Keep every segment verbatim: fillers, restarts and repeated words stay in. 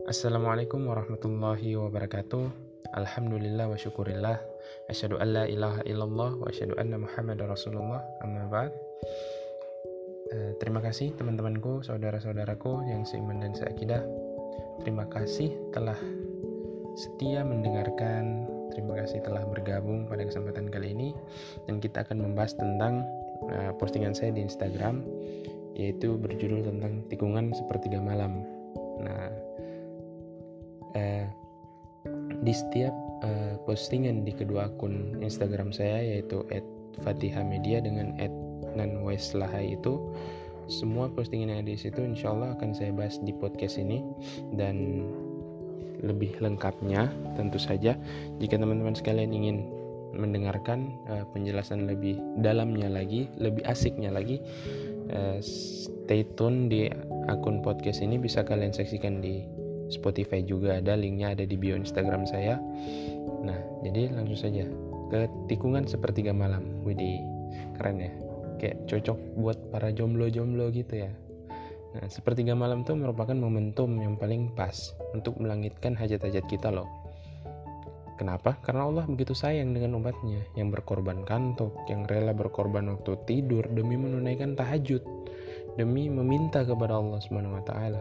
Assalamualaikum warahmatullahi wabarakatuh. Alhamdulillah wa syukurillah. Asyhadu an la ilaha illallah wa asyhadu anna Muhammadar Rasulullah. Amma ba'd. Uh, terima kasih teman-temanku, saudara-saudaraku yang seiman dan seakidah. Terima kasih telah setia mendengarkan. Terima kasih telah bergabung pada kesempatan kali ini. Dan kita akan membahas tentang uh, postingan saya di Instagram, yaitu berjudul tentang tikungan sepertiga malam. Nah, eh, di setiap eh, postingan di kedua akun Instagram saya, yaitu et fatihah media dengan et nanweslahai, itu semua postingan yang ada di situ insya Allah akan saya bahas di podcast ini. Dan lebih lengkapnya tentu saja jika teman-teman sekalian ingin mendengarkan uh, penjelasan lebih dalamnya lagi, lebih asiknya lagi, uh, stay tune di akun podcast ini. Bisa kalian saksikan di Spotify juga, ada linknya, ada di bio Instagram saya. Nah, jadi langsung saja ke tikungan sepertiga malam. Widih, keren ya, kayak cocok buat para jomblo-jomblo gitu ya. Nah, sepertiga malam itu merupakan momentum yang paling pas untuk melangitkan hajat-hajat kita loh. Kenapa? Karena Allah begitu sayang dengan umatnya yang berkorban kantuk, yang rela berkorban waktu tidur demi menunaikan tahajud, demi meminta kepada Allah Subhanahu wa taala.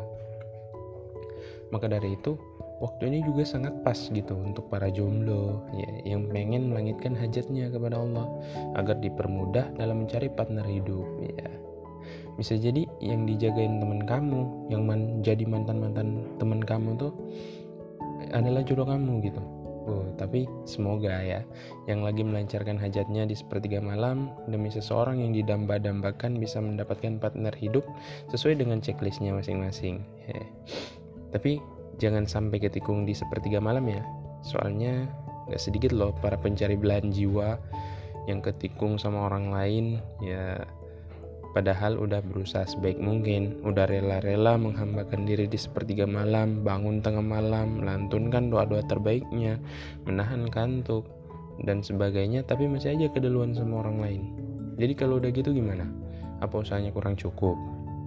Maka dari itu, waktu ini juga sangat pas gitu untuk para jomblo ya, yang pengen melangitkan hajatnya kepada Allah agar dipermudah dalam mencari partner hidup ya. Bisa jadi yang dijagain teman kamu, yang man, jadi mantan-mantan teman kamu tuh adalah jodoh kamu gitu. Oh, tapi semoga ya yang lagi melancarkan hajatnya di sepertiga malam demi seseorang yang didamba-dambakan bisa mendapatkan partner hidup sesuai dengan checklistnya masing-masing. He. Tapi jangan sampai ketikung di sepertiga malam ya. Soalnya gak sedikit loh para pencari belahan jiwa yang ketikung sama orang lain ya, padahal udah berusaha sebaik mungkin, udah rela-rela menghambakan diri di sepertiga malam, bangun tengah malam, melantunkan doa-doa terbaiknya, menahan kantuk dan sebagainya, tapi masih aja keduluan sama orang lain. Jadi kalau udah gitu gimana? Apa usahanya kurang cukup?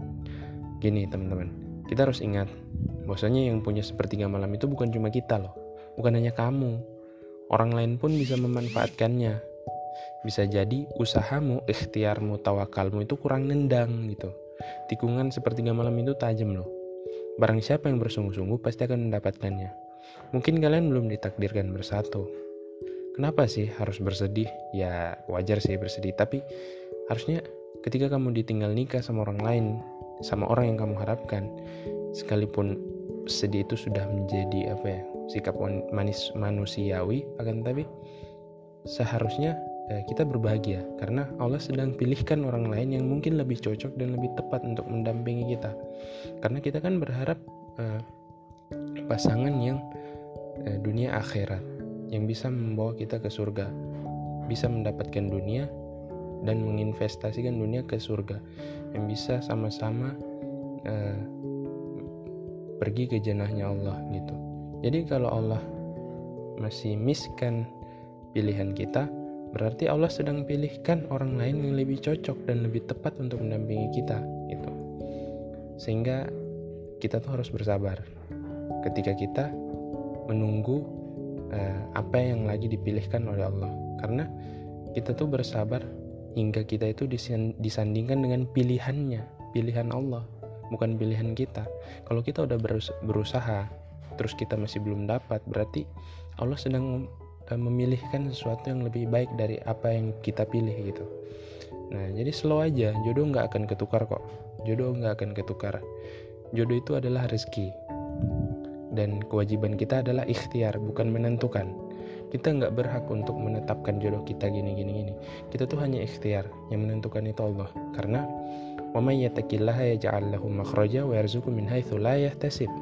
Gini teman-teman, kita harus ingat bahwasanya yang punya sepertiga malam itu bukan cuma kita loh, bukan hanya kamu. Orang lain pun bisa memanfaatkannya. Bisa jadi usahamu, ikhtiarmu, tawakalmu itu kurang nendang gitu. Tikungan sepertiga malam itu tajam loh. Barang siapa yang bersungguh-sungguh pasti akan mendapatkannya. Mungkin kalian belum ditakdirkan bersatu. Kenapa sih harus bersedih? Ya wajar sih bersedih, tapi harusnya ketika kamu ditinggal nikah sama orang lain, sama orang yang kamu harapkan, sekalipun sedih itu sudah menjadi apa ya, sikap manis manusiawi, akan tapi seharusnya kita berbahagia karena Allah sedang pilihkan orang lain yang mungkin lebih cocok dan lebih tepat untuk mendampingi kita. Karena kita kan berharap uh, pasangan yang uh, dunia akhirat, yang bisa membawa kita ke surga, bisa mendapatkan dunia dan menginvestasikan dunia ke surga, yang bisa sama-sama uh, pergi ke jannahnya Allah gitu. Jadi kalau Allah masih miskan pilihan kita, berarti Allah sedang pilihkan orang lain yang lebih cocok dan lebih tepat untuk mendampingi kita gitu. Sehingga kita tuh harus bersabar ketika kita menunggu uh, apa yang lagi dipilihkan oleh Allah. Karena kita tuh bersabar hingga kita itu disandingkan dengan pilihannya, pilihan Allah, bukan pilihan kita. Kalau kita udah berusaha terus kita masih belum dapat, berarti Allah sedang memilihkan sesuatu yang lebih baik dari apa yang kita pilih gitu. Nah, jadi slow aja, jodoh nggak akan ketukar kok. Jodoh nggak akan ketukar. Jodoh itu adalah rezeki. Dan kewajiban kita adalah ikhtiar, bukan menentukan. Kita nggak berhak untuk menetapkan jodoh kita gini-gini gini. Kita tuh hanya ikhtiar, yang menentukan itu Allah. Karena wa may yattaqillaha yaj'al lahu makhraja wa yarzuqhu min haitsu la yahtasib.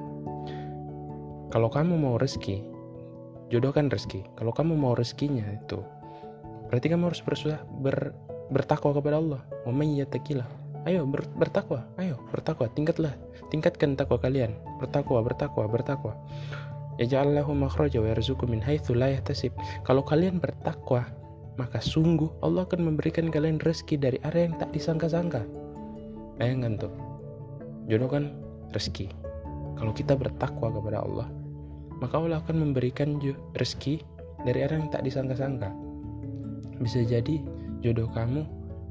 Kalau kamu mau rezeki, jodoh kan rezeki. Kalau kamu mau rezekinya itu, berarti kamu harus berusaha ber, bertakwa kepada Allah. Wa may yattaqillah. Ayo ber, bertakwa, ayo bertakwa, tingkatlah, tingkatkan takwa kalian. Bertakwa, bertakwa, bertakwa. Yaj'al lahu makhraja wa yarzuqhu min haitsu la yahtasib. Kalau kalian bertakwa, maka sungguh Allah akan memberikan kalian rezeki dari area yang tak disangka-sangka. Bayangkan tuh, jodoh kan rezeki. kalau kita bertakwa kepada Allah, maka Allah akan memberikan rezeki dari arah yang tak disangka-sangka. Bisa jadi jodoh kamu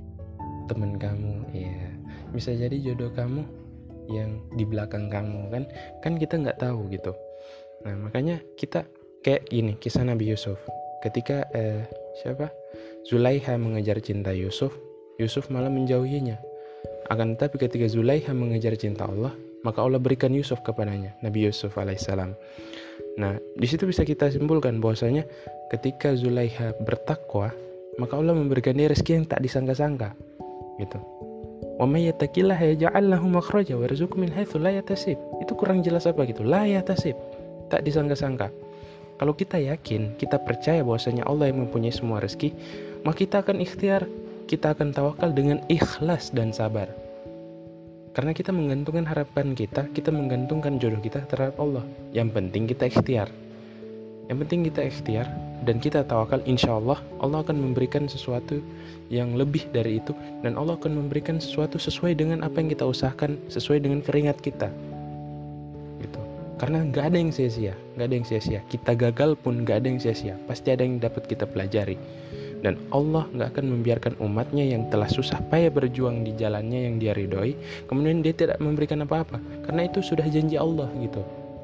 teman kamu, ya. Bisa jadi jodoh kamu yang di belakang kamu, kan? Kan kita nggak tahu gitu. Nah, makanya kita kayak gini, kisah Nabi Yusuf. Ketika eh, siapa? Zulaiha mengejar cinta Yusuf, Yusuf malah menjauhinya. Akan tetapi ketika Zulaiha mengejar cinta Allah, maka Allah berikan Yusuf kepadanya, Nabi Yusuf alaihissalam. Nah, di situ bisa kita simpulkan bahwasanya ketika Zulaiha bertakwa, maka Allah memberikan dia rezeki yang tak disangka-sangka, gitu. Wa may yattaqillaha yaj'al lahu makhraja wa yarzuqhu min haitsu la yahtasib. Itu kurang jelas apa gitu? La yahtasib, tak disangka-sangka. Kalau kita yakin, kita percaya bahwasanya Allah yang mempunyai semua rezeki, maka kita akan ikhtiar, kita akan tawakal dengan ikhlas dan sabar. Karena kita menggantungkan harapan kita, kita menggantungkan jodoh kita terhadap Allah. Yang penting kita ikhtiar. Yang penting kita ikhtiar dan kita tawakal, insya Allah Allah akan memberikan sesuatu yang lebih dari itu, dan Allah akan memberikan sesuatu sesuai dengan apa yang kita usahakan, sesuai dengan keringat kita. Gitu. Karena nggak ada yang sia-sia, nggak ada yang sia-sia. Kita gagal pun nggak ada yang sia-sia. Pasti ada yang dapat kita pelajari. Dan Allah nggak akan membiarkan umatnya yang telah susah payah berjuang di jalannya yang dia ridhoi, kemudian dia tidak memberikan apa-apa. Karena itu sudah janji Allah gitu.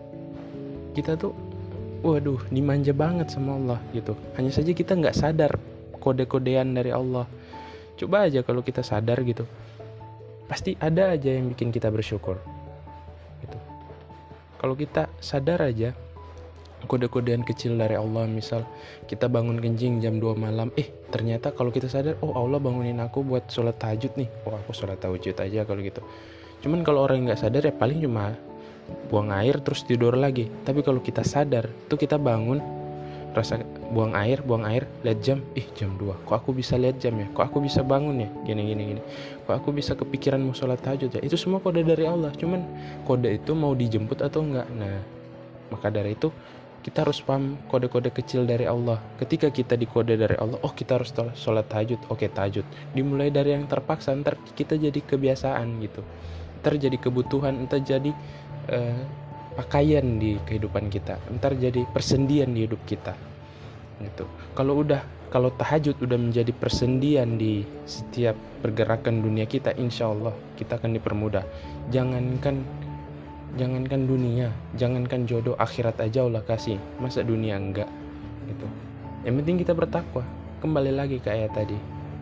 Kita tuh, waduh, dimanja banget sama Allah gitu. Hanya saja kita nggak sadar kode-kodean dari Allah. Coba aja kalau kita sadar gitu, pasti ada aja yang bikin kita bersyukur. Gitu. Kalau kita sadar aja kode-kodean kecil dari Allah, misal kita bangun kencing jam dua malam, eh ternyata kalau kita sadar, oh Allah bangunin aku buat sholat tahajud nih, oh aku sholat tahajud aja kalau gitu. Cuman kalau orang yang nggak sadar ya paling cuma buang air terus tidur lagi. Tapi kalau kita sadar, tuh kita bangun, rasa buang air, buang air, lihat jam, ih jam dua, kok aku bisa lihat jam ya, kok aku bisa bangun ya, gini gini gini, kok aku bisa kepikiran mau sholat tahajud ya. Itu semua kode dari Allah, cuman kode itu mau dijemput atau enggak. Nah, maka dari itu kita harus paham kode-kode kecil dari Allah. Ketika kita dikode dari Allah, oh kita harus sholat tahajud, oke tahajud. Dimulai dari yang terpaksa, ntar kita jadi kebiasaan gitu. Ntar jadi kebutuhan, ntar jadi uh, pakaian di kehidupan kita, ntar jadi persendian di hidup kita. Gitu. Kalau udah, kalau tahajud udah menjadi persendian di setiap pergerakan dunia kita, insya Allah kita akan dipermudah. Jangankan Jangankan dunia, jangankan jodoh, akhirat aja Allah kasih. Masa dunia enggak? Gitu. Yang penting kita bertakwa. Kembali lagi ke ayat tadi.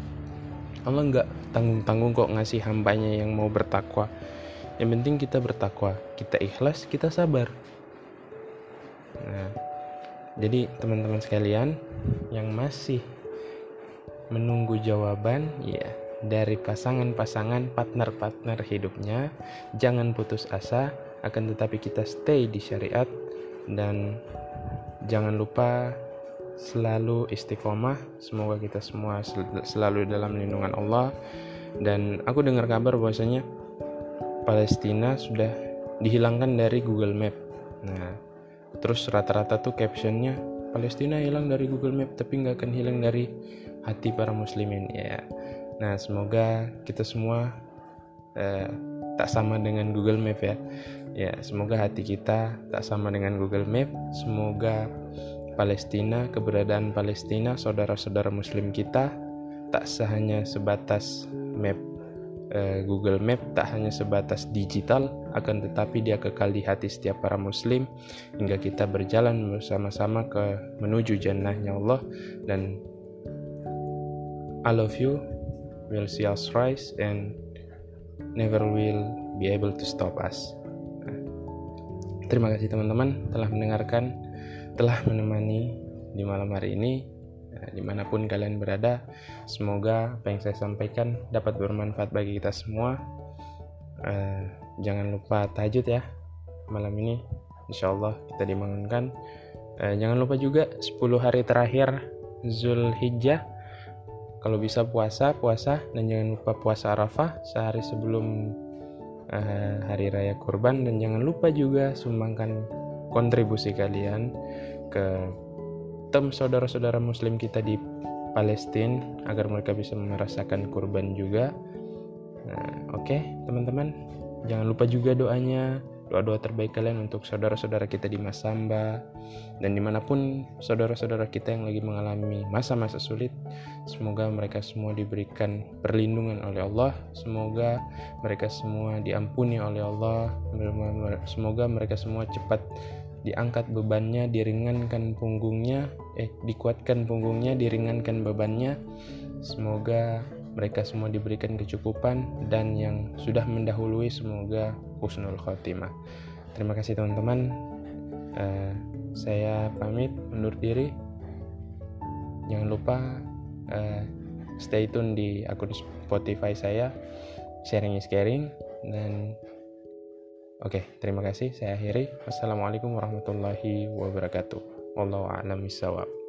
Allah enggak tanggung-tanggung kok ngasih hambanya yang mau bertakwa. Yang penting kita bertakwa, kita ikhlas, kita sabar. Nah, jadi teman-teman sekalian yang masih menunggu jawaban, ya, dari pasangan-pasangan, partner-partner hidupnya, jangan putus asa. Akan tetapi kita stay di syariat, dan jangan lupa selalu istiqomah. Semoga kita semua sel- selalu dalam lindungan Allah. Dan aku dengar kabar bahwasanya Palestina sudah dihilangkan dari Google Map. Nah, terus rata-rata tuh captionnya, Palestina hilang dari Google Map tapi gak akan hilang dari hati para muslimin, ya. Nah, semoga kita semua eh, tak sama dengan Google Map, ya. Ya, semoga hati kita tak sama dengan Google Map. Semoga Palestina, keberadaan Palestina, saudara-saudara muslim kita tak hanya sebatas map eh, Google Map, tak hanya sebatas digital, akan tetapi dia kekal di hati setiap para muslim hingga kita berjalan bersama-sama ke menuju jannahnya Allah. Dan I love you, will see us rise and never will be able to stop us. Terima kasih teman-teman telah mendengarkan, telah menemani di malam hari ini, nah, dimanapun kalian berada. Semoga apa yang saya sampaikan dapat bermanfaat bagi kita semua. uh, Jangan lupa tahajud ya malam ini, insya Allah kita dibangunkan. uh, Jangan lupa juga sepuluh hari terakhir Zulhijjah, kalau bisa puasa, puasa. Dan jangan lupa puasa Arafah sehari sebelum Uh, hari raya kurban. Dan jangan lupa juga sumbangkan kontribusi kalian ke tem saudara-saudara muslim kita di Palestina agar mereka bisa merasakan kurban juga. Nah, oke okay, teman-teman, jangan lupa juga doanya doa-doa terbaik kalian untuk saudara-saudara kita di Masamba dan dimanapun saudara-saudara kita yang lagi mengalami masa-masa sulit. Semoga mereka semua diberikan perlindungan oleh Allah, semoga mereka semua diampuni oleh Allah, semoga mereka semua cepat diangkat bebannya, diringankan punggungnya, eh dikuatkan punggungnya, diringankan bebannya. Semoga mereka semua diberikan kecukupan, dan yang sudah mendahului semoga husnul khotimah. Terima kasih teman-teman. Uh, saya pamit undur diri. Jangan lupa uh, stay tune di akun Spotify saya, sharing is caring. Dan oke, okay, terima kasih. Saya akhiri. Wassalamualaikum warahmatullahi wabarakatuh. Wallahu a'lam bishawab.